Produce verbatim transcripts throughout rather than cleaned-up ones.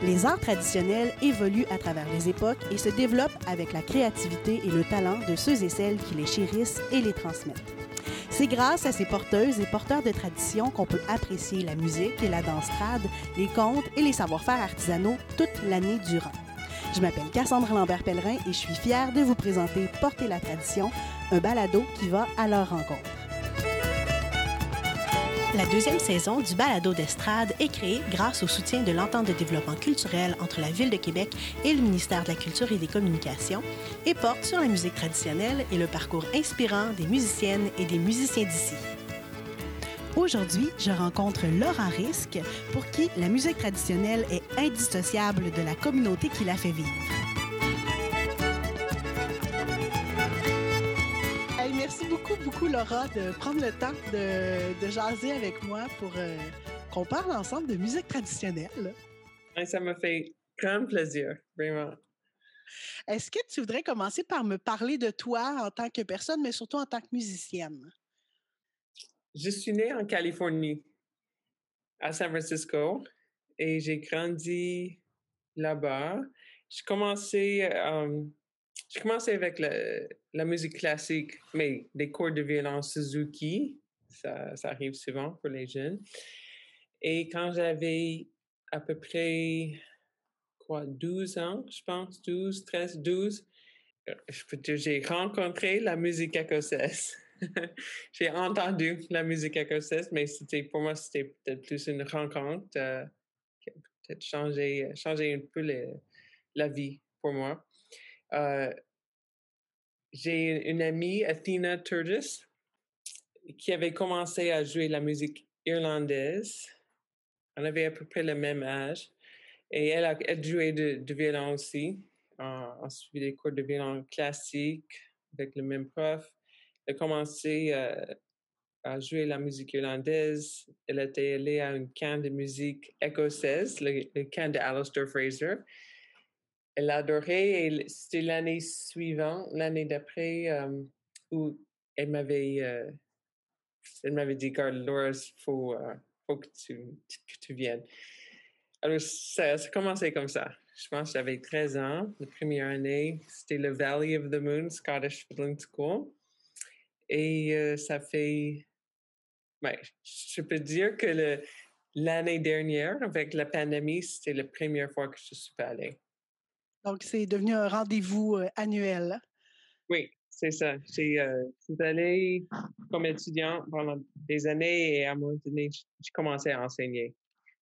Les arts traditionnels évoluent à travers les époques et se développent avec la créativité et le talent de ceux et celles qui les chérissent et les transmettent. C'est grâce à ces porteuses et porteurs de traditions qu'on peut apprécier la musique et la danse trad, les contes et les savoir-faire artisanaux toute l'année durant. Je m'appelle Cassandre Lambert-Pellerin et je suis fière de vous présenter Porter la tradition, un balado qui va à leur rencontre. La deuxième saison du balado d'estrade est créée grâce au soutien de l'entente de développement culturel entre la Ville de Québec et le ministère de la Culture et des Communications et porte sur la musique traditionnelle et le parcours inspirant des musiciennes et des musiciens d'ici. Aujourd'hui, je rencontre Laurent Risque, pour qui la musique traditionnelle est indissociable de la communauté qui la fait vivre. Hey, merci beaucoup, beaucoup, Laura, de prendre le temps de, de jaser avec moi pour euh, qu'on parle ensemble de musique traditionnelle. Ça me fait grand plaisir, vraiment. Est-ce que tu voudrais commencer par me parler de toi en tant que personne, mais surtout en tant que musicienne? Je suis née en Californie, à San Francisco, et j'ai grandi là-bas. J'ai commencé, euh, j'ai commencé avec la, la musique classique, mais des cours de violon Suzuki, ça, ça arrive souvent pour les jeunes. Et quand j'avais à peu près, quoi, douze ans, je pense, douze, treize, douze, je peux dire, j'ai rencontré la musique écossaise. J'ai entendu la musique écossaise, mais c'était, pour moi, c'était peut-être plus une rencontre euh, qui a peut-être changé, changé un peu le, la vie pour moi. Euh, j'ai une amie, Athena Turgis, qui avait commencé à jouer la musique irlandaise. On avait à peu près le même âge. Et elle a elle jouait de, de violon aussi. Euh, on suivait des cours de violon classique avec le même prof. Elle a commencé euh, à jouer la musique irlandaise. Elle était allée à un camp de musique écossaise, le, le camp de Alistair Fraser. Elle adorait et c'était l'année suivante, l'année d'après, euh, où elle m'avait, euh, elle m'avait dit, Carl, Laura, il faut, euh, faut que, tu, que tu viennes. Alors, ça, ça a commencé comme ça. Je pense que j'avais treize ans. La première année, c'était le Valley of the Moon Scottish Fiddling School. Et euh, ça fait... Ben, je peux dire que le, l'année dernière, avec la pandémie, c'était la première fois que je suis pas allée. Donc, c'est devenu un rendez-vous euh, annuel. Oui, c'est ça. J'ai, euh, je suis allée comme étudiant pendant des années et à un moment donné, j'ai commencé à enseigner.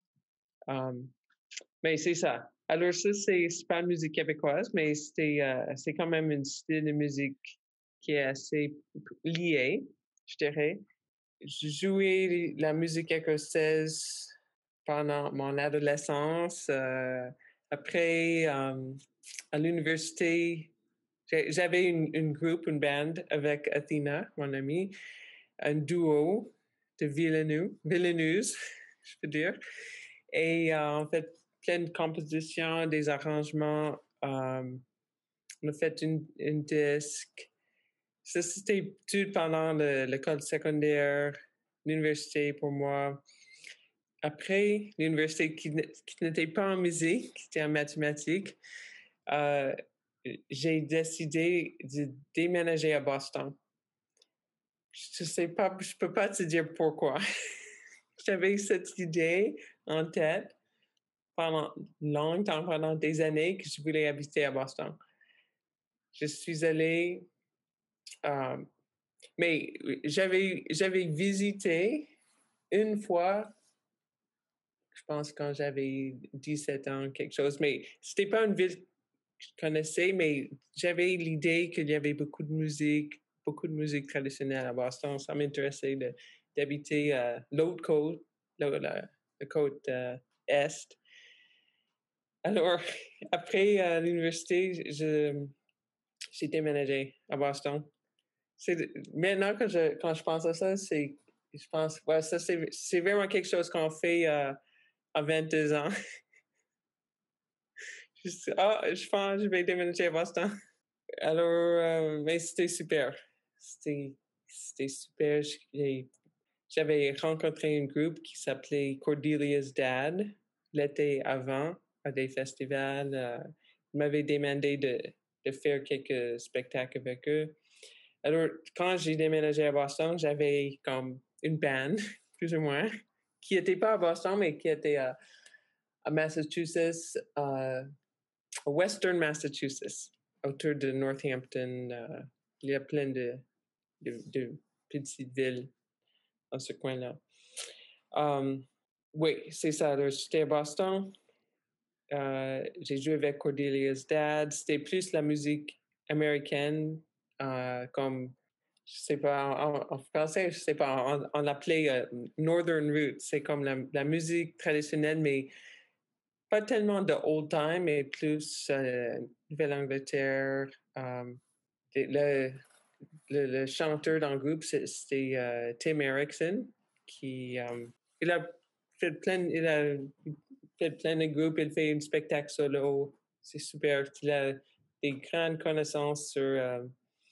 Um, mais c'est ça. Alors ça, c'est, c'est pas une musique québécoise, mais c'était, euh, c'est quand même un style de musique qui est assez lié, je dirais. Je jouais la musique écossaise pendant mon adolescence. Euh, après, euh, à l'université, j'avais une, une groupe, une band avec Athena, mon amie, un duo de Villeneuve, Villeneuve, je peux dire. Et euh, en fait, plein de compositions, des arrangements. Euh, on a fait une, une disque. Ça, c'était tout pendant le, l'école secondaire, l'université pour moi. Après, l'université qui, qui n'était pas en musique, qui était en mathématiques, euh, j'ai décidé de déménager à Boston. Je sais pas, je peux pas te dire pourquoi. J'avais cette idée en tête pendant longtemps, pendant des années, que je voulais habiter à Boston. Je suis allée, euh, mais j'avais, j'avais visité une fois, je pense quand j'avais dix-sept ans, quelque chose, mais c'était pas une ville que je connaissais, mais j'avais l'idée qu'il y avait beaucoup de musique, beaucoup de musique traditionnelle à Boston. Ça m'intéressait de, d'habiter à l'autre côte, la, la, la côte euh, est. Alors, après euh, l'université, je, j'ai déménagé à Boston. C'est, maintenant que je, quand je pense à ça, c'est, je pense, ouais, ça c'est, c'est vraiment quelque chose qu'on fait euh, à vingt-deux ans. je, ah, je pense que je vais déménager à Boston. Alors, euh, mais c'était super. C'était, c'était super. J'ai, j'avais rencontré un groupe qui s'appelait Cordelia's Dad l'été avant. à des festivals. Euh, ils m'avaient demandé de, de faire quelques spectacles avec eux. Alors, quand j'ai déménagé à Boston, j'avais comme une band, plus ou moins, qui n'était pas à Boston, mais qui était à, à Massachusetts, euh, Western Massachusetts, autour de Northampton. Euh, il y a plein de, de, de petites villes dans ce coin-là. Um, oui, c'est ça. Alors, j'étais à Boston. Euh, j'ai joué avec Cordelia's Dad. C'était plus la musique américaine, euh, comme, je sais pas, en, en français, je sais pas, on, on l'appelait euh, Northern Roots. C'est comme la, la musique traditionnelle, mais pas tellement de old time, mais plus euh, Nouvelle-Angleterre. Um, le, le, le chanteur dans le groupe, c'était euh, Tim Erickson, qui um, il a fait plein, il a fait plein de groupes, il fait un spectacle solo, c'est super. Il a des grandes connaissances sur, euh,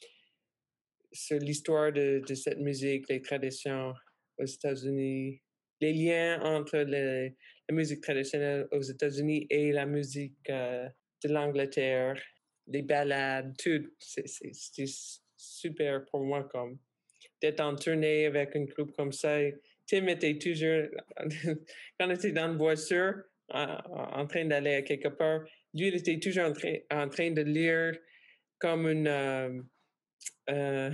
sur l'histoire de, de cette musique, les traditions aux États-Unis, les liens entre le, la musique traditionnelle aux États-Unis et la musique euh, de l'Angleterre, les ballades, tout. C'était super pour moi comme d'être en tournée avec un groupe comme ça. Tim était toujours, quand on était dans une voiture, en, en train d'aller à quelque part, lui, il était toujours en, train, en train de lire comme une, euh, euh,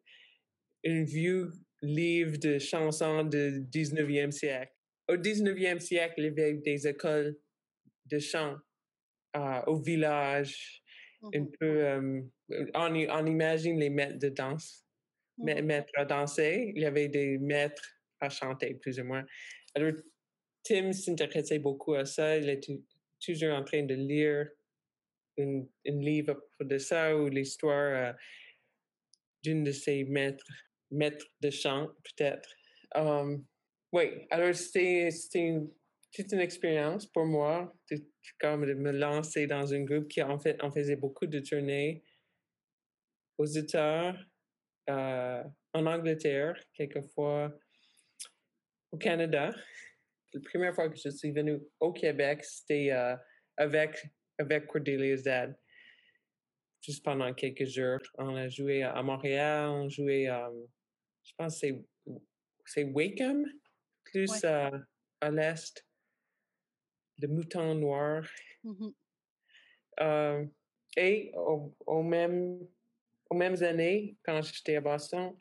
un vieux livre de chansons du dix-neuvième siècle. Au dix-neuvième siècle, il y avait des écoles de chant euh, au village, mm-hmm. un peu, euh, on, on imagine les maîtres de danse. Mm-hmm. Maîtres à danser, il y avait des maîtres à chanter, plus ou moins. Alors, Tim s'intéressait beaucoup à ça. Il était toujours en train de lire un, un livre à propos de ça ou l'histoire euh, d'une de ses maîtres, maîtres de chant, peut-être. Um, oui, alors c'était, c'était une, toute une expérience pour moi de, comme de me lancer dans un groupe qui, en fait, on faisait beaucoup de tournées aux États, euh, en Angleterre, quelquefois au Canada. La première fois que je suis venue au Québec, c'était euh, avec, avec Cordelia's Dad. Juste pendant quelques jours. On a joué à Montréal, on jouait, um, je pense que c'est, c'est Wakeham, plus ouais. euh, à l'est, le Mouton Noir. Mm-hmm. Euh, et au, au même, aux mêmes années, quand j'étais à Boston,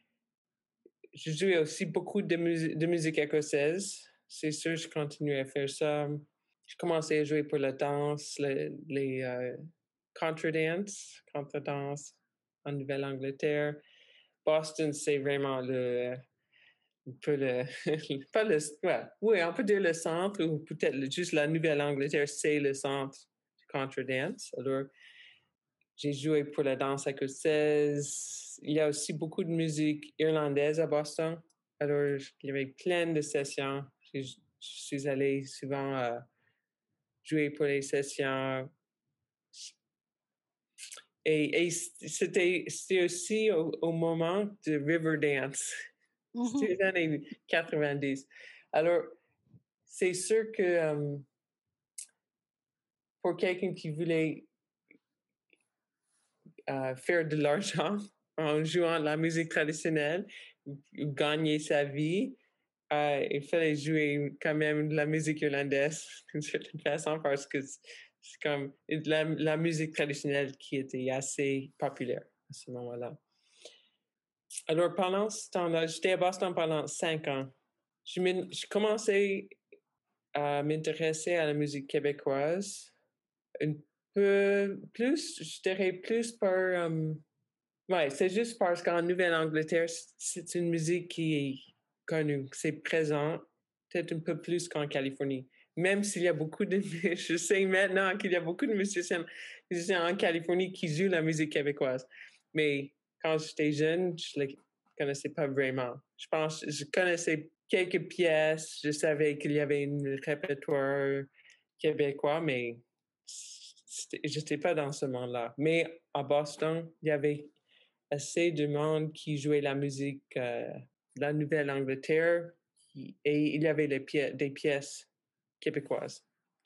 je jouais aussi beaucoup de, mus- de musique écossaise. C'est sûr, je continuais à faire ça. Je commençais à jouer pour la danse, les, les euh, contre-dance, contre-dance en Nouvelle-Angleterre. Boston, c'est vraiment le, un peu le, pas le, ouais, oui, on peut dire le centre, ou peut-être juste la Nouvelle-Angleterre, c'est le centre du contre-dance. Alors, j'ai joué pour la danse écossaise. Il y a aussi beaucoup de musique irlandaise à Boston. Alors, il y avait plein de sessions. Je, je suis allé souvent euh, jouer pour les sessions. Et, et c'était, c'était aussi au, au moment de Riverdance. Mm-hmm. C'était les années quatre-vingt-dix. Alors, c'est sûr que um, pour quelqu'un qui voulait uh, faire de l'argent en jouant de la musique traditionnelle, ou gagner sa vie, uh, il fallait jouer quand même de la musique irlandaise d'une certaine façon parce que c'est comme la, la musique traditionnelle qui était assez populaire à ce moment-là. Alors, pendant ce temps-là, j'étais à Boston pendant cinq ans. Je, je commençais à m'intéresser à la musique québécoise un peu plus, je dirais plus par... Um, ouais, c'est juste parce qu'en Nouvelle-Angleterre, c'est une musique qui est connue, c'est présent, peut-être un peu plus qu'en Californie. Même s'il y a beaucoup de... Je sais maintenant qu'il y a beaucoup de musiciens, musiciens en Californie qui jouent la musique québécoise. Mais quand j'étais jeune, je ne les connaissais pas vraiment. Je pense je connaissais quelques pièces, je savais qu'il y avait un répertoire québécois, mais je n'étais pas dans ce monde-là. Mais à Boston, il y avait assez de monde qui jouait la musique euh, de la Nouvelle-Angleterre et il y avait les pi- des pièces québécoises qui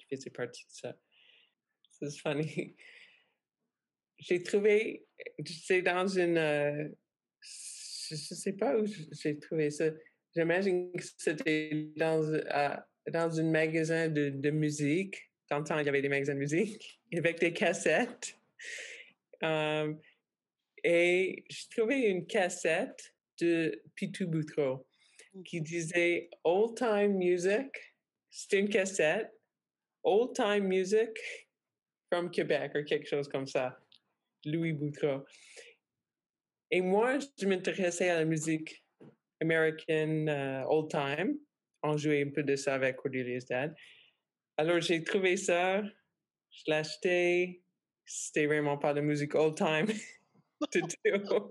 qui faisait partie de ça. C'est funny. J'ai trouvé, c'est dans une, euh, je ne sais pas où j'ai trouvé ça. J'imagine que c'était dans, uh, dans un magasin de, de musique. Dans le temps, il y avait des magasins de musique avec des cassettes. Um, et j'ai trouvé une cassette de Pitou Boutreau qui disait Old Time Music. C'était une cassette. Old Time Music from Québec ou quelque chose comme ça. Louis Boutreau. Et moi, je m'intéressais à la musique américaine uh, old time. On jouait un peu de ça avec Cornelius Dad. Alors, j'ai trouvé ça, je l'ai acheté. C'était vraiment pas de musique old time du tout.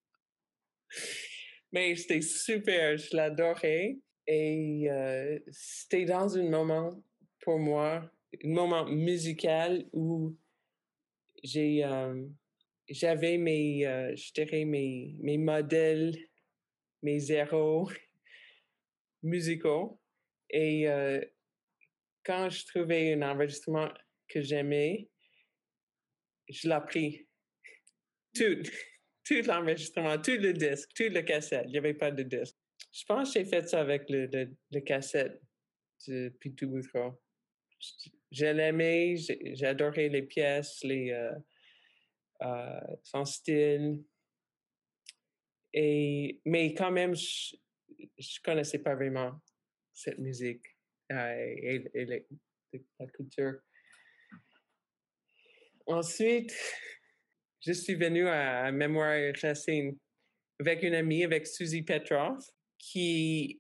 Mais c'était super, je l'adorais. Et euh, c'était dans un moment, pour moi, un moment musical où j'ai, euh, j'avais mes, euh, je dirais mes, mes modèles, mes zéros musicaux. Et euh, quand je trouvais un enregistrement que j'aimais, je l'ai pris. Tout, tout l'enregistrement, tout le disque, tout le cassette. Il n'y avait pas de disque. Je pense que j'ai fait ça avec le, le, le cassette de Pitou Boutreau. Je l'aimais, j'adorais les pièces, les, euh, euh, son style. Et, mais quand même, je ne connaissais pas vraiment cette musique euh, et, et la, la culture. Ensuite, je suis venue à, à Mémoire Racine avec une amie, avec Suzy Petroff, qui,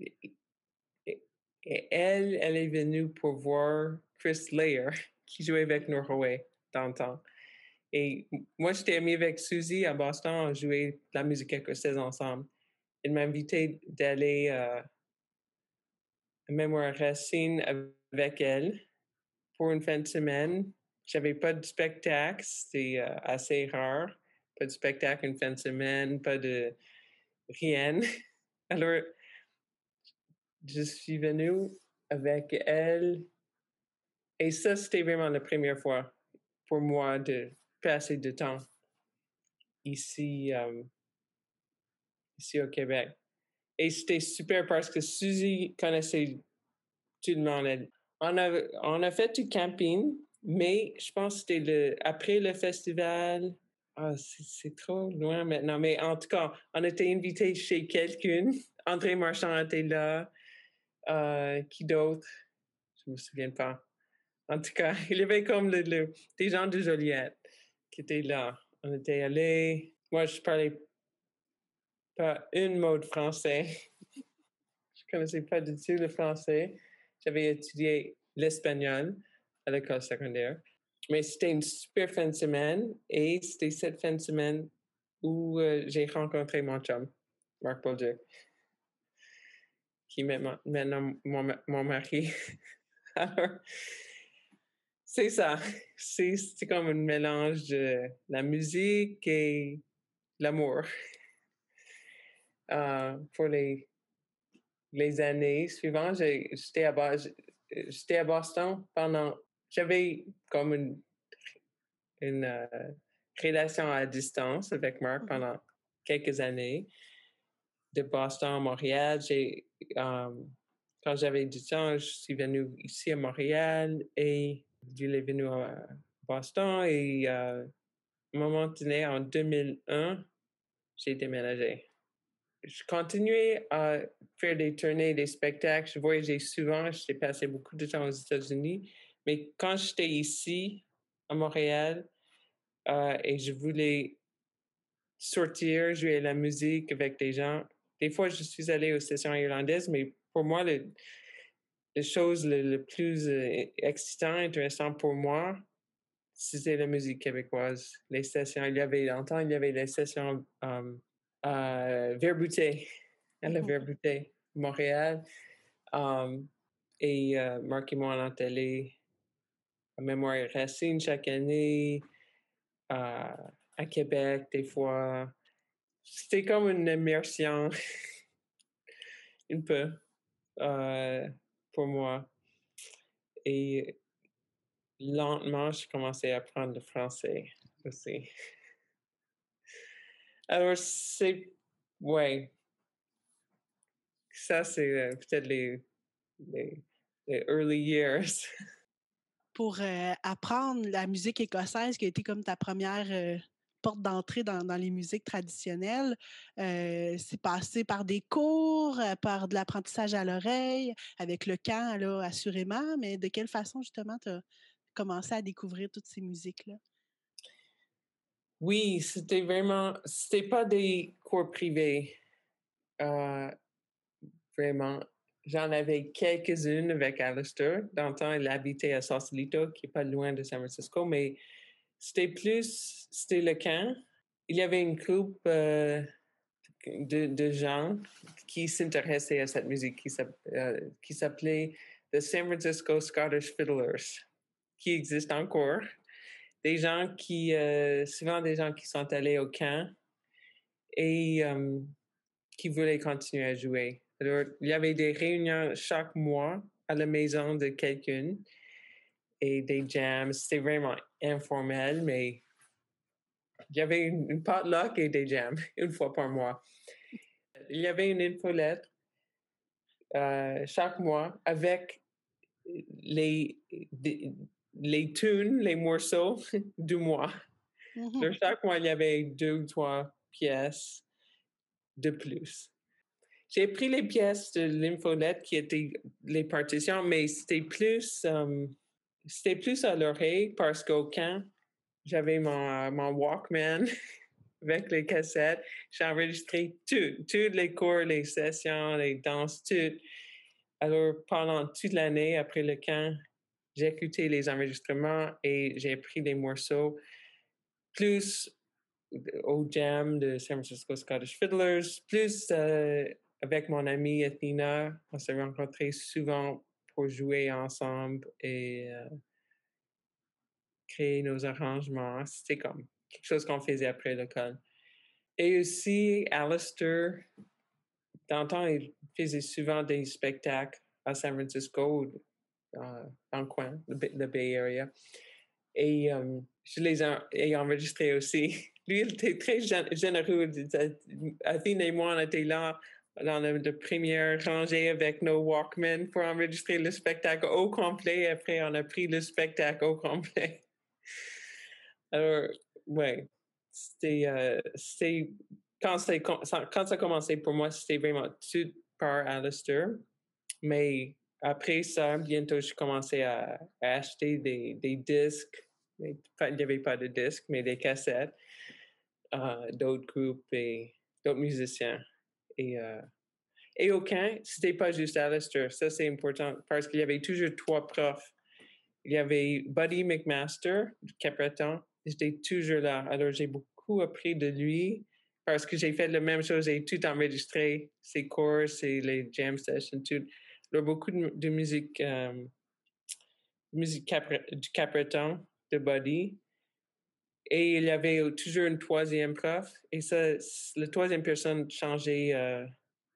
et elle, elle est venue pour voir Chris Lair, qui jouait avec Norway dans le temps. Et moi, j'étais amie avec Suzy à Boston, on jouait de la musique écossaise ensemble. Elle m'a invité d'aller euh, à Mémoire Racine avec elle pour une fin de semaine. J'avais pas de spectacle, c'était euh, assez rare. Pas de spectacle une fin de semaine, pas de rien. Alors, je suis venue avec elle. Et ça, c'était vraiment la première fois pour moi de passer du temps ici, euh, ici au Québec. Et c'était super parce que Suzy connaissait tout le monde. On a, on a fait du camping, mais je pense que c'était le, après le festival. Ah, c'est, c'est trop loin maintenant. Mais en tout cas, on était invités chez quelqu'un. André Marchand était là. Euh, qui d'autre? Je ne me souviens pas. En tout cas, il y avait comme le, le, des gens de Joliette qui étaient là. On était allés. Moi, je parlais pas un mot de français. Je connaissais pas du tout le français. J'avais étudié l'espagnol à l'école secondaire. Mais c'était une super fin de semaine et c'était cette fin de semaine où euh, j'ai rencontré mon chum, Marc Bolduc, qui est maintenant mon, mon mari. Alors, c'est ça. C'est, c'est comme un mélange de la musique et l'amour. Euh, pour les, les années suivantes, j'ai, j'étais, à, j'étais à Boston pendant... J'avais comme une, une euh, relation à distance avec Marc pendant quelques années. De Boston à Montréal, j'ai... Um, quand j'avais dix ans, je suis venue ici à Montréal et il est venu à Boston et euh, à un moment donné, en deux mille un, j'ai déménagé. Je continuais à faire des tournées, des spectacles. Je voyageais souvent. J'ai passé beaucoup de temps aux États-Unis. Mais quand j'étais ici, à Montréal, euh, et je voulais sortir, jouer la musique avec des gens, des fois, je suis allée aux sessions irlandaises, mais pour moi, le, la chose le, le plus euh, excitant, intéressant pour moi, c'était la musique québécoise. Les sessions, il y avait longtemps, il y avait les sessions um, à Verbouté, à la Verbouté, Montréal. Um, et euh, Marc et moi, on est allés à Mémoire Racine chaque année, euh, à Québec, des fois. C'était comme une immersion, un peu, euh, pour moi. Et lentement, j'ai commencé à apprendre le français aussi. Alors, c'est... Ouais. Ça, c'est euh, peut-être les, les, les early years. Pour euh, apprendre la musique écossaise qui a été comme ta première euh, porte d'entrée dans, dans les musiques traditionnelles, euh, c'est passé par des cours, euh, par de l'apprentissage à l'oreille, avec le chant, là, assurément, mais de quelle façon, justement, tu as commencé à découvrir toutes ces musiques-là? Oui, c'était vraiment... C'était pas des cours privés. Euh, vraiment. J'en avais quelques-unes avec Alistair. Dans le temps, il habitait à Sausalito, qui est pas loin de San Francisco, mais c'était plus... C'était le camp. Il y avait une groupe euh, de, de gens qui s'intéressaient à cette musique qui, euh, qui s'appelait The San Francisco Scottish Fiddlers, qui existe encore. Des gens qui... Euh, souvent des gens qui sont allés au camp et... Euh, qui voulaient continuer à jouer. Alors, il y avait des réunions chaque mois à la maison de quelqu'un et des jams. C'était vraiment informel, mais il y avait une, une potluck et des jams une fois par mois. Il y avait une infolettre euh, chaque mois avec les, les, les tunes, les morceaux du mois. Mm-hmm. Alors, chaque mois, il y avait deux ou trois pièces de plus. J'ai pris les pièces de l'infolette qui étaient les partitions, mais c'était plus, um, c'était plus à l'oreille parce qu'au camp, j'avais mon, uh, mon Walkman avec les cassettes. J'ai enregistré tout, tous les cours, les sessions, les danses, tout. Alors, pendant toute l'année, après le camp, j'ai écouté les enregistrements et j'ai pris des morceaux plus au jam de San Francisco Scottish Fiddlers, plus... Uh, avec mon amie Athena, on s'est rencontrés souvent pour jouer ensemble et euh, créer nos arrangements. C'était comme quelque chose qu'on faisait après l'école. Et aussi, Alistair, dans le temps, il faisait souvent des spectacles à San Francisco, euh, dans le coin, le, le Bay Area. Et euh, je les ai enregistrés aussi. Lui, il était très généreux. Athena et moi, on était là dans la, la première rangée avec nos Walkman pour enregistrer le spectacle au complet. Après, on a pris le spectacle au complet. Alors, ouais, c'était, euh, c'était quand, quand ça a commencé pour moi, c'était vraiment tout par Alistair. Mais après ça, bientôt, je commençais à, à acheter des, des disques. Mais, il n'y avait pas de disques, mais des cassettes euh, d'autres groupes et d'autres musiciens. Et, euh, et au camp, c'était pas juste Alistair. Ça, c'est important parce qu'il y avait toujours trois profs. Il y avait Buddy McMaster, du Capreton. J'étais toujours là. Alors, j'ai beaucoup appris de lui parce que j'ai fait la même chose. J'ai tout enregistré, ses cours, et les jam sessions, tout. Alors, beaucoup de, de musique, euh, musique Capre, du Capreton, de Buddy. Et il y avait toujours une troisième prof. Et ça, la troisième personne changeait euh,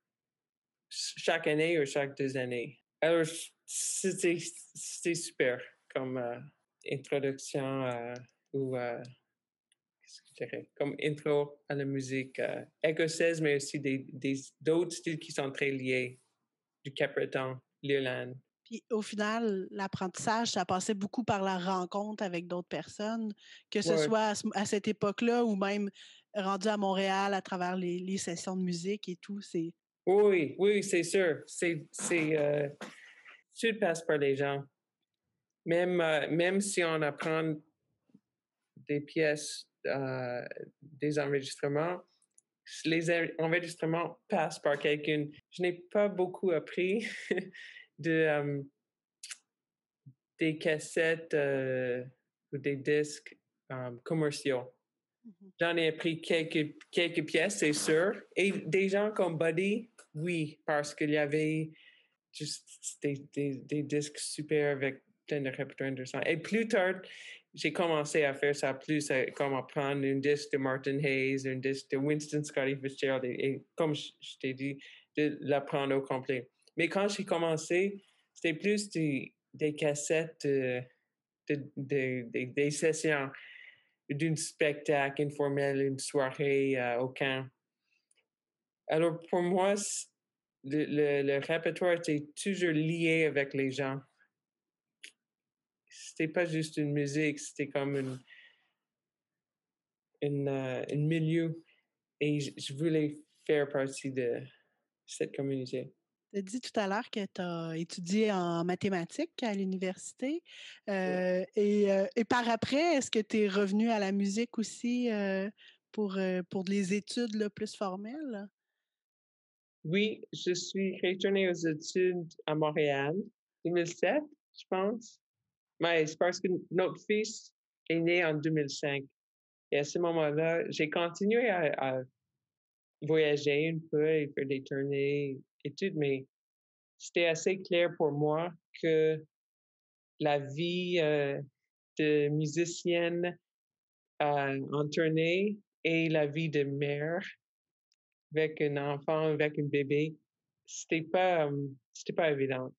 chaque année ou chaque deux années. Alors, c'était, c'était super comme euh, introduction euh, ou, euh, qu'est-ce que je dirais, comme intro à la musique euh, écossaise, mais aussi des, des, d'autres styles qui sont très liés, du Capreton, l'Irlande. Puis au final, l'apprentissage, ça passait beaucoup par la rencontre avec d'autres personnes, que ce ouais. soit à, ce, à cette époque-là ou même rendu à Montréal à travers les, les sessions de musique et tout. C'est... Oui, oui, c'est sûr. C'est, c'est, euh, tout passe par les gens. Même, euh, même si on apprend des pièces, euh, des enregistrements, les enregistrements passent par quelqu'un. Je n'ai pas beaucoup appris de... Um, des cassettes euh, ou des disques um, commerciaux. Mm-hmm. J'en ai appris quelques, quelques pièces, c'est sûr. Et des gens comme Buddy, oui, parce qu'il y avait juste des, des, des disques super avec plein de répertoire intéressant. Et plus tard, j'ai commencé à faire ça plus, à, comme apprendre un disque de Martin Hayes, un disque de Winston Scotty Fitzgerald, et, et comme je, je t'ai dit, de l'apprendre au complet. Mais quand j'ai commencé, c'était plus des des cassettes de, de, de, de, des sessions d'un spectacle informel, une soirée euh, au camp. Alors, pour moi, le, le, le répertoire était toujours lié avec les gens. C'était pas juste une musique, c'était comme une, une, uh, un milieu. Et je, je voulais faire partie de cette communauté. Tu as dit tout à l'heure que tu as étudié en mathématiques à l'université. Euh, oui. et, euh, et par après, est-ce que tu es revenu à la musique aussi euh, pour, euh, pour les études là, plus formelles? Oui, je suis retournée aux études à Montréal, deux mille sept, je pense. Mais c'est parce que notre fils est né en deux mille cinq. Et à ce moment-là, j'ai continué à, à voyager un peu et faire des tournées, études, mais c'était assez clair pour moi que la vie euh, de musicienne euh, en tournée et la vie de mère avec un enfant, avec un bébé, c'était pas, um, c'était pas évident.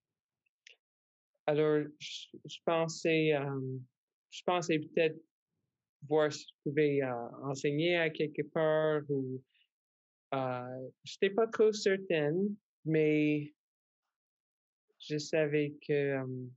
Alors, je, je pensais, um, je pensais peut-être voir si je pouvais uh, enseigner à quelque part ou uh, je n'étais pas trop certaine, mais je savais que um,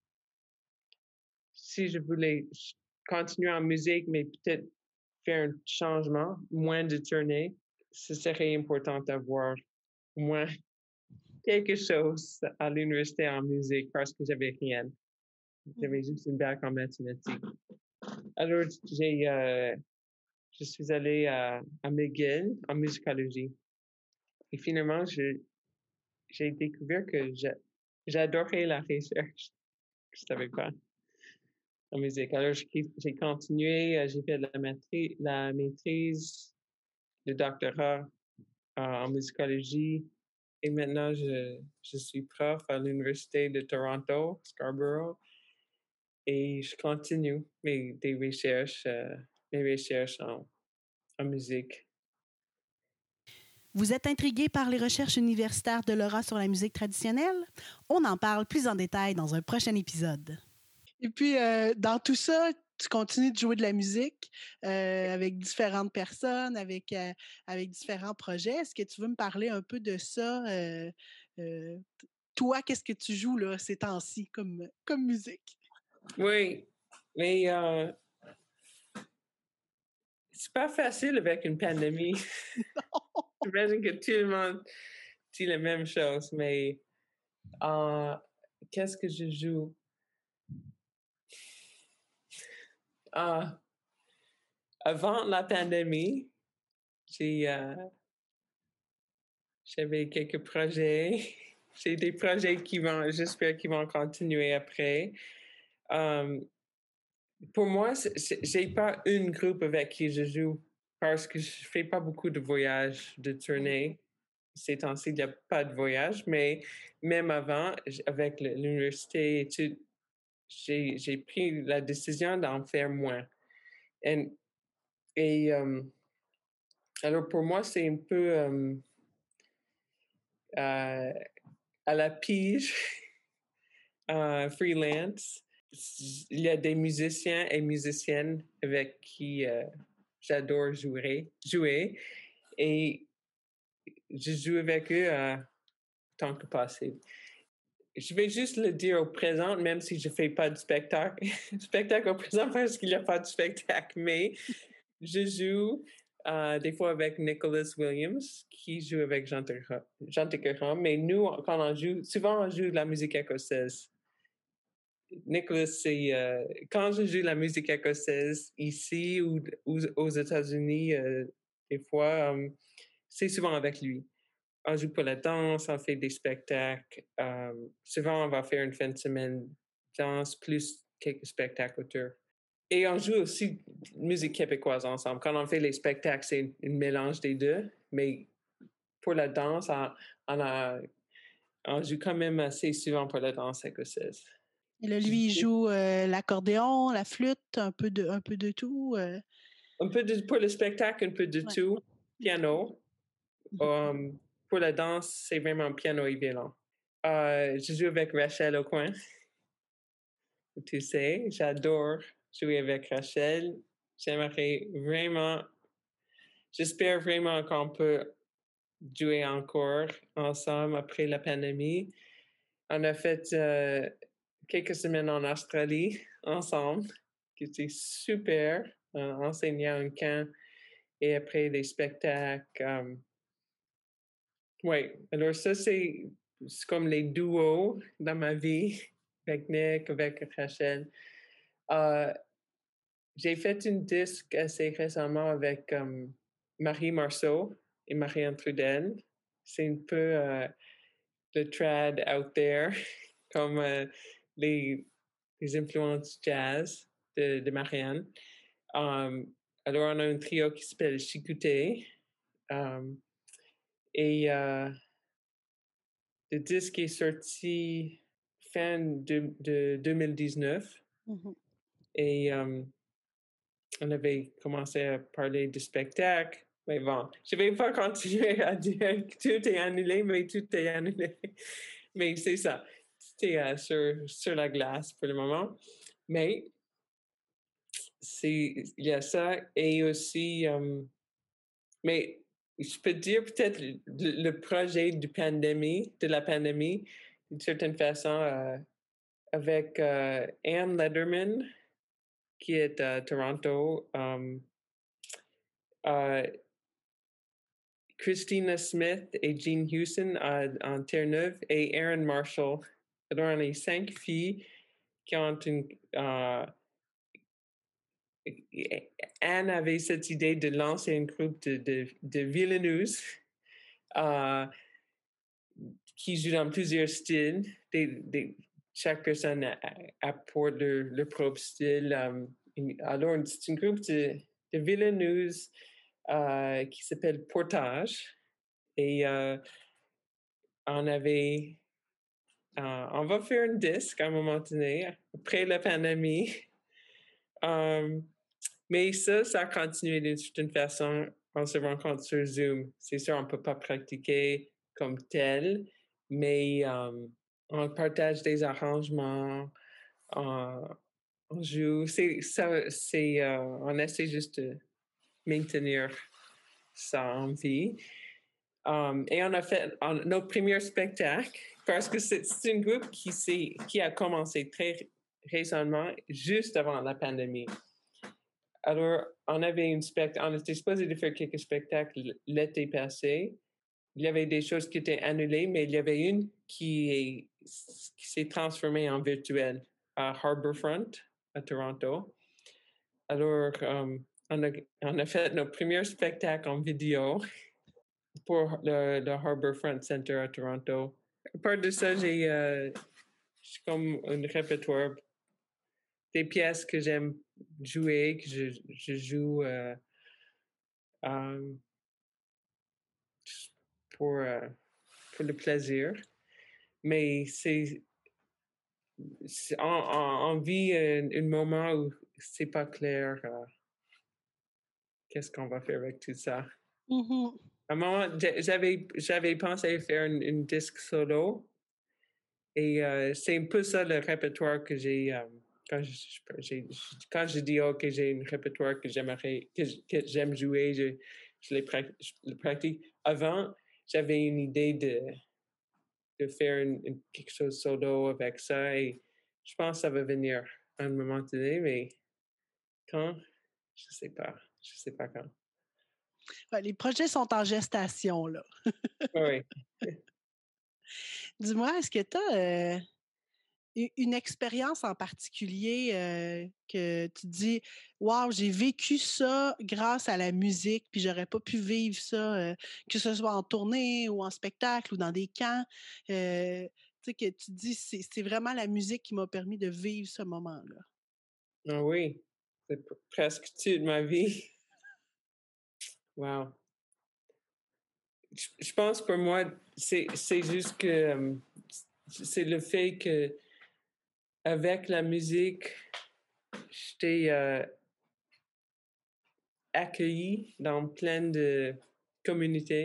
si je voulais continuer en musique, mais peut-être faire un changement, moins de tournées, ce serait important d'avoir moins quelque chose à l'université en musique parce que j'avais rien. J'avais juste une bac en mathématiques. Alors, j'ai, euh, je suis allée à, à McGill en musicologie. Et finalement, je, j'ai découvert que j'adorais la recherche. Je ne savais pas en musique. Alors, j'ai continué, j'ai fait la, matri- la maîtrise, le doctorat euh, en musicologie. Et maintenant, je, je suis prof à l'Université de Toronto, Scarborough. Et je continue mes des recherches, euh, mes recherches en, en musique. Vous êtes intrigué par les recherches universitaires de Laura sur la musique traditionnelle? On en parle plus en détail dans un prochain épisode. Et puis, euh, dans tout ça, tu continues de jouer de la musique euh, avec différentes personnes, avec, euh, avec différents projets. Est-ce que tu veux me parler un peu de ça? Euh, euh, toi, qu'est-ce que tu joues là, ces temps-ci comme, comme musique? Oui, mais euh, c'est pas facile avec une pandémie. J'imagine que tout le monde dit la même chose, mais euh, qu'est-ce que je joue? Euh, avant la pandémie, j'ai, euh, j'avais quelques projets. J'ai des projets qui vont, j'espère qu'ils vont continuer après. Um, pour moi, j'ai pas un groupe avec qui je joue parce que je fais pas beaucoup de voyages, de tournées. Ces temps-ci, il n'y a pas de voyage, mais même avant, avec l'université, j'ai, j'ai pris la décision d'en faire moins. Et, et um, alors pour moi, c'est un peu um, euh, à la pige, uh, freelance. Il y a des musiciens et musiciennes avec qui euh, j'adore jouer, jouer et je joue avec eux euh, tant que possible. Je vais juste le dire au présent, même si je ne fais pas de spectacle. spectacle au présent parce qu'il n'y a pas de spectacle, mais je joue euh, des fois avec Nicholas Williams, qui joue avec Jean Tequeran, mais nous, quand on joue, souvent on joue de la musique écossaise. Nicholas, c'est euh, quand je joue la musique écossaise ici ou, ou aux États-Unis, euh, des fois, um, c'est souvent avec lui. On joue pour la danse, on fait des spectacles. Um, souvent, on va faire une fin de semaine danse plus quelques spectacles autour. Et on joue aussi musique québécoise ensemble. Quand on fait les spectacles, c'est un mélange des deux. Mais pour la danse, on, on, a, on joue quand même assez souvent pour la danse écossaise. Et là, lui, il joue euh, l'accordéon, la flûte, un peu de, un peu de tout. Euh... Un peu de, pour le spectacle, un peu de ouais. tout. Piano. Mm-hmm. Um, pour la danse, c'est vraiment piano et violon. Uh, je joue avec Rachel au coin. tu sais, j'adore jouer avec Rachel. J'aimerais vraiment, j'espère vraiment qu'on peut jouer encore ensemble après la pandémie. On a fait euh, quelques semaines en Australie ensemble, qui était super, en enseignant un camp et après des spectacles. Um, oui, alors ça, c'est, c'est comme les duos dans ma vie, avec Nick, avec Rachel. Uh, j'ai fait une disque assez récemment avec um, Marie Marceau et Marianne Trudel. C'est un peu euh, le trad out there, comme euh, les, les influences jazz de, de Marianne. Um, alors, on a un trio qui s'appelle Chicouté. Um, et euh, le disque est sorti fin de, de deux mille dix-neuf. Mm-hmm. Et um, on avait commencé à parler du spectacle. Mais bon, je ne vais pas continuer à dire que tout est annulé, mais tout est annulé. Mais c'est ça. C'était euh, sur, sur la glace pour le moment. Mais c'est, il y a ça. Et aussi, um, mais je peux dire peut-être le, le projet du pandémie, de la pandémie, d'une certaine façon, euh, avec euh, Anne Lederman, qui est à Toronto, um, uh, Christina Smith et Jean Houston à, en Terre-Neuve et Erin Marshall. Alors, on est cinq filles qui ont une... Uh, Anne avait cette idée de lancer un groupe de, de, de villaineuses uh, qui jouent dans plusieurs styles. Des, des, chaque personne apporte leur, leur propre style. Um, alors, c'est un groupe de, de villaineuses uh, qui s'appelle Portage. Et uh, on avait... Uh, on va faire un disque à un moment donné, après la pandémie. Um, mais ça, ça a continué d'une certaine façon. On se rencontre sur Zoom. C'est sûr, on ne peut pas pratiquer comme tel, mais um, on partage des arrangements, on, on joue. C'est, ça, c'est, uh, on essaie juste de maintenir ça en vie. Um, et on a fait on, notre premier spectacle parce que c'est, c'est un groupe qui, qui a commencé très récemment, juste avant la pandémie. Alors, on avait une spectacle, on était supposé de faire quelques spectacles l'été passé. Il y avait des choses qui étaient annulées, mais il y avait une qui, est, qui s'est transformée en virtuel à Harbourfront, à Toronto. Alors, um, on, a, on a fait nos premiers spectacles en vidéo pour le, le Harbourfront Center à Toronto. À part de ça, j'ai, euh, j'ai comme un répertoire des pièces que j'aime jouer, que je, je joue euh, um, pour, euh, pour le plaisir. Mais c'est, c'est on, on, on vit un, un moment où c'est pas clair euh, qu'est-ce qu'on va faire avec tout ça. Mm-hmm. À un moment, j'avais, j'avais pensé faire une, une disque solo. Et euh, c'est un peu ça le répertoire que j'ai. Euh, quand, je, j'ai, quand je dis oh, que j'ai un répertoire que j'aimerais, que, que j'aime jouer, je, je, les pratique, je le pratique. Avant, j'avais une idée de, de faire une, une, quelque chose solo avec ça et je pense que ça va venir à un moment donné, mais quand? Je ne sais pas. Je ne sais pas quand. Ouais, les projets sont en gestation, là. Oui. Dis-moi, est-ce que tu as euh, une expérience en particulier euh, que tu dis « Wow, j'ai vécu ça grâce à la musique, puis j'aurais pas pu vivre ça, euh, que ce soit en tournée ou en spectacle ou dans des camps. Euh, » Tu sais, que tu dis c'est, c'est vraiment la musique qui m'a permis de vivre ce moment-là. Ah oui, c'est presque toute ma vie. Wow. Je, je pense pour moi, c'est, c'est juste que um, c'est le fait que avec la musique, j'étais euh, accueilli dans plein de communautés.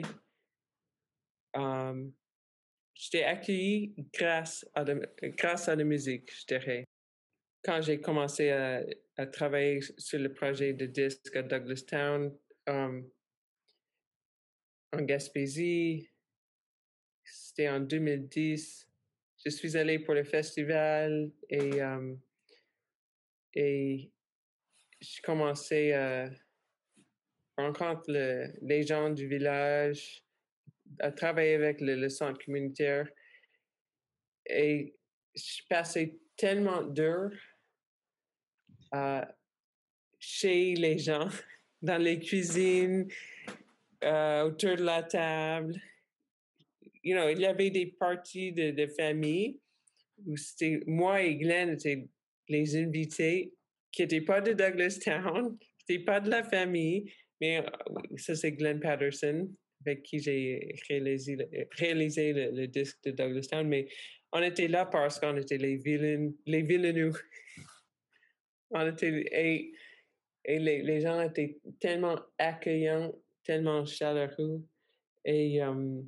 Um, j'étais accueilli grâce à, la, grâce à la musique, je dirais. quand j'ai commencé à, à travailler sur le projet de disque à Douglastown, um, en Gaspésie, c'était en deux mille dix. Je suis allé pour le festival et, um, et j'ai commencé à rencontrer le, les gens du village, à travailler avec le, le centre communautaire. Et je passais tellement d'heures euh, chez les gens, dans les cuisines, euh, autour de la table. You know, il y avait des parties de, de famille où c'était moi et Glenn étaient les invités qui n'étaient pas de Douglastown, qui n'étaient pas de la famille, mais euh, ça c'est Glenn Patterson avec qui j'ai réalisé, réalisé le, le disque de Douglastown, mais on était là parce qu'on était les vilains, les vilainous. On était, et et les, les gens étaient tellement accueillants, tellement chaleureux. Et um,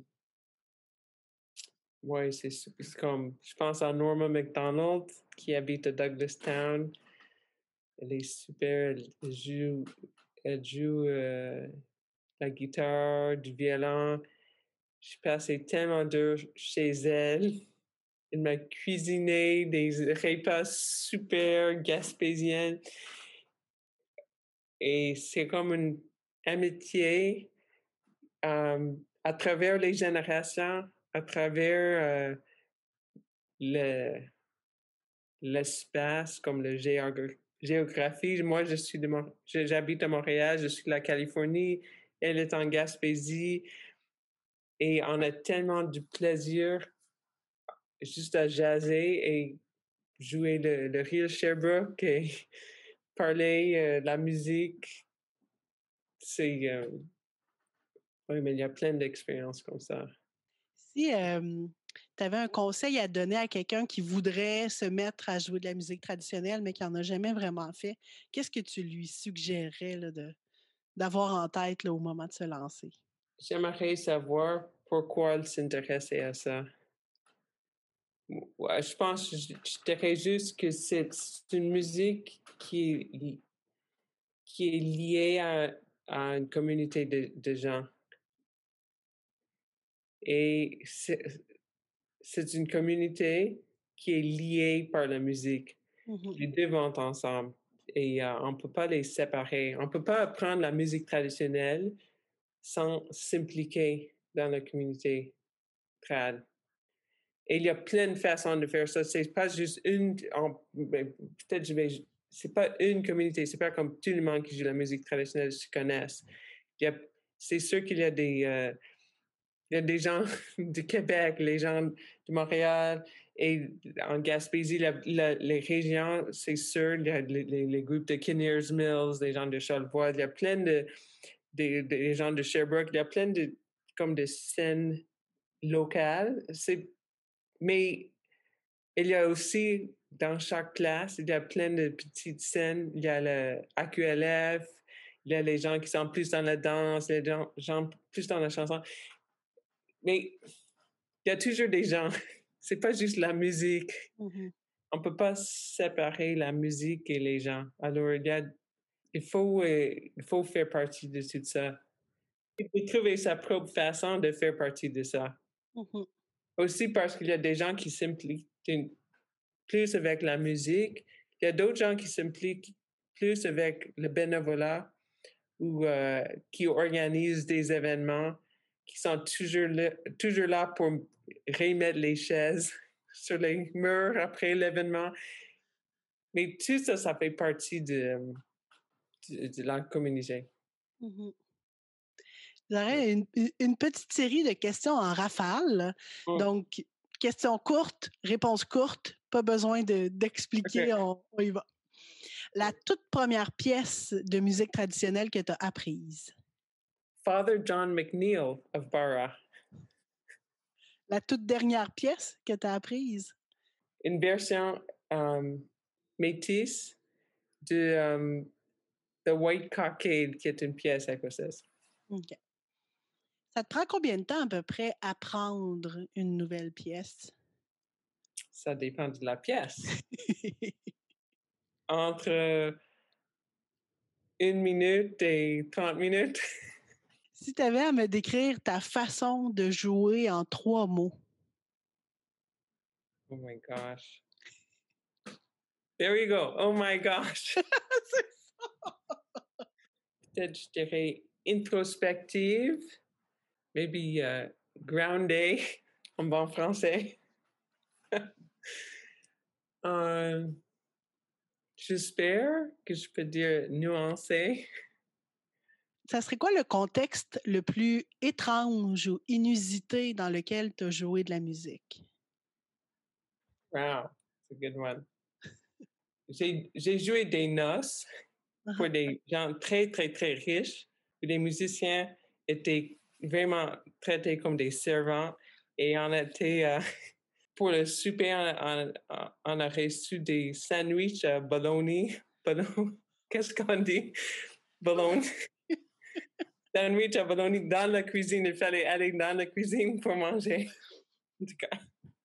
ouais, c'est, c'est comme, je pense à Norma McDonald qui habite à Douglastown. Elle est super, elle joue, elle joue euh, la guitare, du violon. Je passé tellement d'heures chez elle. Elle m'a cuisiné des repas super gaspésiens. Et c'est comme une amitié euh, à travers les générations, à travers euh, le, l'espace, comme la géogra- géographie. Moi, je suis de Mon- j'habite à Montréal, je suis de la Californie, elle est en Gaspésie, et on a tellement de plaisir juste à jaser et jouer le, le Real Sherbrooke et parler euh, de la musique. C'est... Euh, oui, mais il y a plein d'expériences comme ça. Si euh, tu avais un conseil à donner à quelqu'un qui voudrait se mettre à jouer de la musique traditionnelle, mais qui n'en a jamais vraiment fait, qu'est-ce que tu lui suggérerais là, de, d'avoir en tête là, au moment de se lancer? J'aimerais savoir pourquoi elle s'intéressait à ça. Ouais, je pense, je, je dirais juste que c'est, c'est une musique qui est, qui est liée à, à une communauté de, de gens. Et c'est, c'est une communauté qui est liée par la musique. Mm-hmm. Les deux vont ensemble. Et euh, on ne peut pas les séparer. On ne peut pas apprendre la musique traditionnelle sans s'impliquer dans la communauté trad. Et il y a plein de façons de faire ça. C'est pas juste une. En, ben, peut-être je vais. C'est pas une communauté. C'est pas comme tout le monde qui joue la musique traditionnelle se connaissent. Il y a, c'est sûr qu'il y a des. Euh, il y a des gens du Québec, les gens de Montréal et en Gaspésie, la, la, les régions, c'est sûr, il y a les, les, les groupes de Kinnears Mills, des gens de Charlevoix, il y a plein de, de, de, de gens de Sherbrooke, il y a plein de comme de scènes locales. C'est, mais il y a aussi, dans chaque classe, il y a plein de petites scènes. Il y a le A Q L F, il y a les gens qui sont plus dans la danse, les gens, gens plus dans la chanson. Mais il y a toujours des gens. C'est pas juste la musique. Mm-hmm. On peut pas séparer la musique et les gens. Alors, il, y a, il, faut, euh, il faut faire partie de tout ça. Il faut trouver sa propre façon de faire partie de ça. Mm-hmm. Aussi parce qu'il y a des gens qui s'impliquent plus avec la musique. Il y a d'autres gens qui s'impliquent plus avec le bénévolat ou euh, qui organisent des événements, qui sont toujours là, toujours là pour remettre les chaises sur les murs après l'événement. Mais tout ça, ça fait partie de, de, de la communauté. Mm-hmm. J'aurais une, une petite série de questions en rafale. Mm. Donc, questions courtes, réponses courtes, pas besoin de, d'expliquer, okay. on, on y va. La toute première pièce de musique traditionnelle que tu as apprise? Father John McNeil of Barra. La toute dernière pièce que tu as apprise? Une version um, métisse de um, The White Cockade, qui est une pièce écossaise. OK. Ça te prend combien de temps à peu près apprendre une nouvelle pièce? Ça dépend de la pièce. entre une minute et trente minutes. Si tu avais à me décrire ta façon de jouer en trois mots. Oh my gosh. There we go. Oh my gosh. C'est ça! Peut-être, je dirais introspective, maybe uh, grounded en bon français. um, J'espère que je peux dire nuancé. Ça serait quoi le contexte le plus étrange ou inusité dans lequel tu as joué de la musique? Wow, c'est a good one. J'ai, j'ai joué des noces pour des gens très, très, très riches. Les musiciens étaient vraiment traités comme des servants et on était, euh, pour le souper, on, on, on a reçu des sandwichs à bologna. Bologna. Qu'est-ce qu'on dit? Bologna. Sandwich à bologna dans la cuisine. Il fallait aller dans la cuisine pour manger. En tout cas,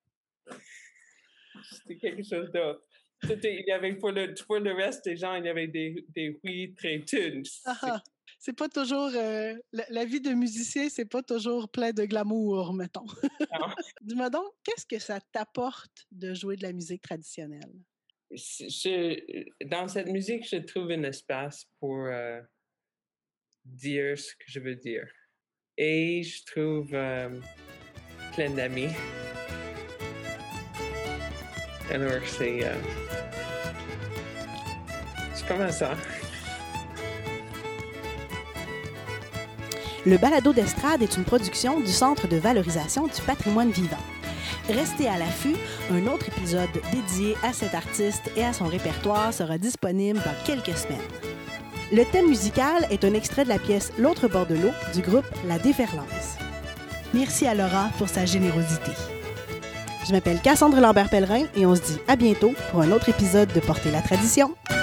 c'était quelque chose d'autre. C'était, il y avait pour le, pour le reste des gens, il y avait des, des oui très tunes. Ah, c'est pas toujours... Euh, la, la vie de musicien, c'est pas toujours plein de glamour, mettons. Dis-moi donc, qu'est-ce que ça t'apporte de jouer de la musique traditionnelle? Je, dans cette musique, je trouve un espace pour euh, dire ce que je veux dire. Et je trouve euh, plein d'amis. Alors, c'est... Euh, c'est comme ça. Le balado d'estrade est une production du Centre de valorisation du patrimoine vivant. Restez à l'affût, un autre épisode dédié à cet artiste et à son répertoire sera disponible dans quelques semaines. Le thème musical est un extrait de la pièce « L'autre bord de l'eau » du groupe La Déferlance. Merci à Laura pour sa générosité. Je m'appelle Cassandre Lambert-Pellerin et on se dit à bientôt pour un autre épisode de Porter la tradition.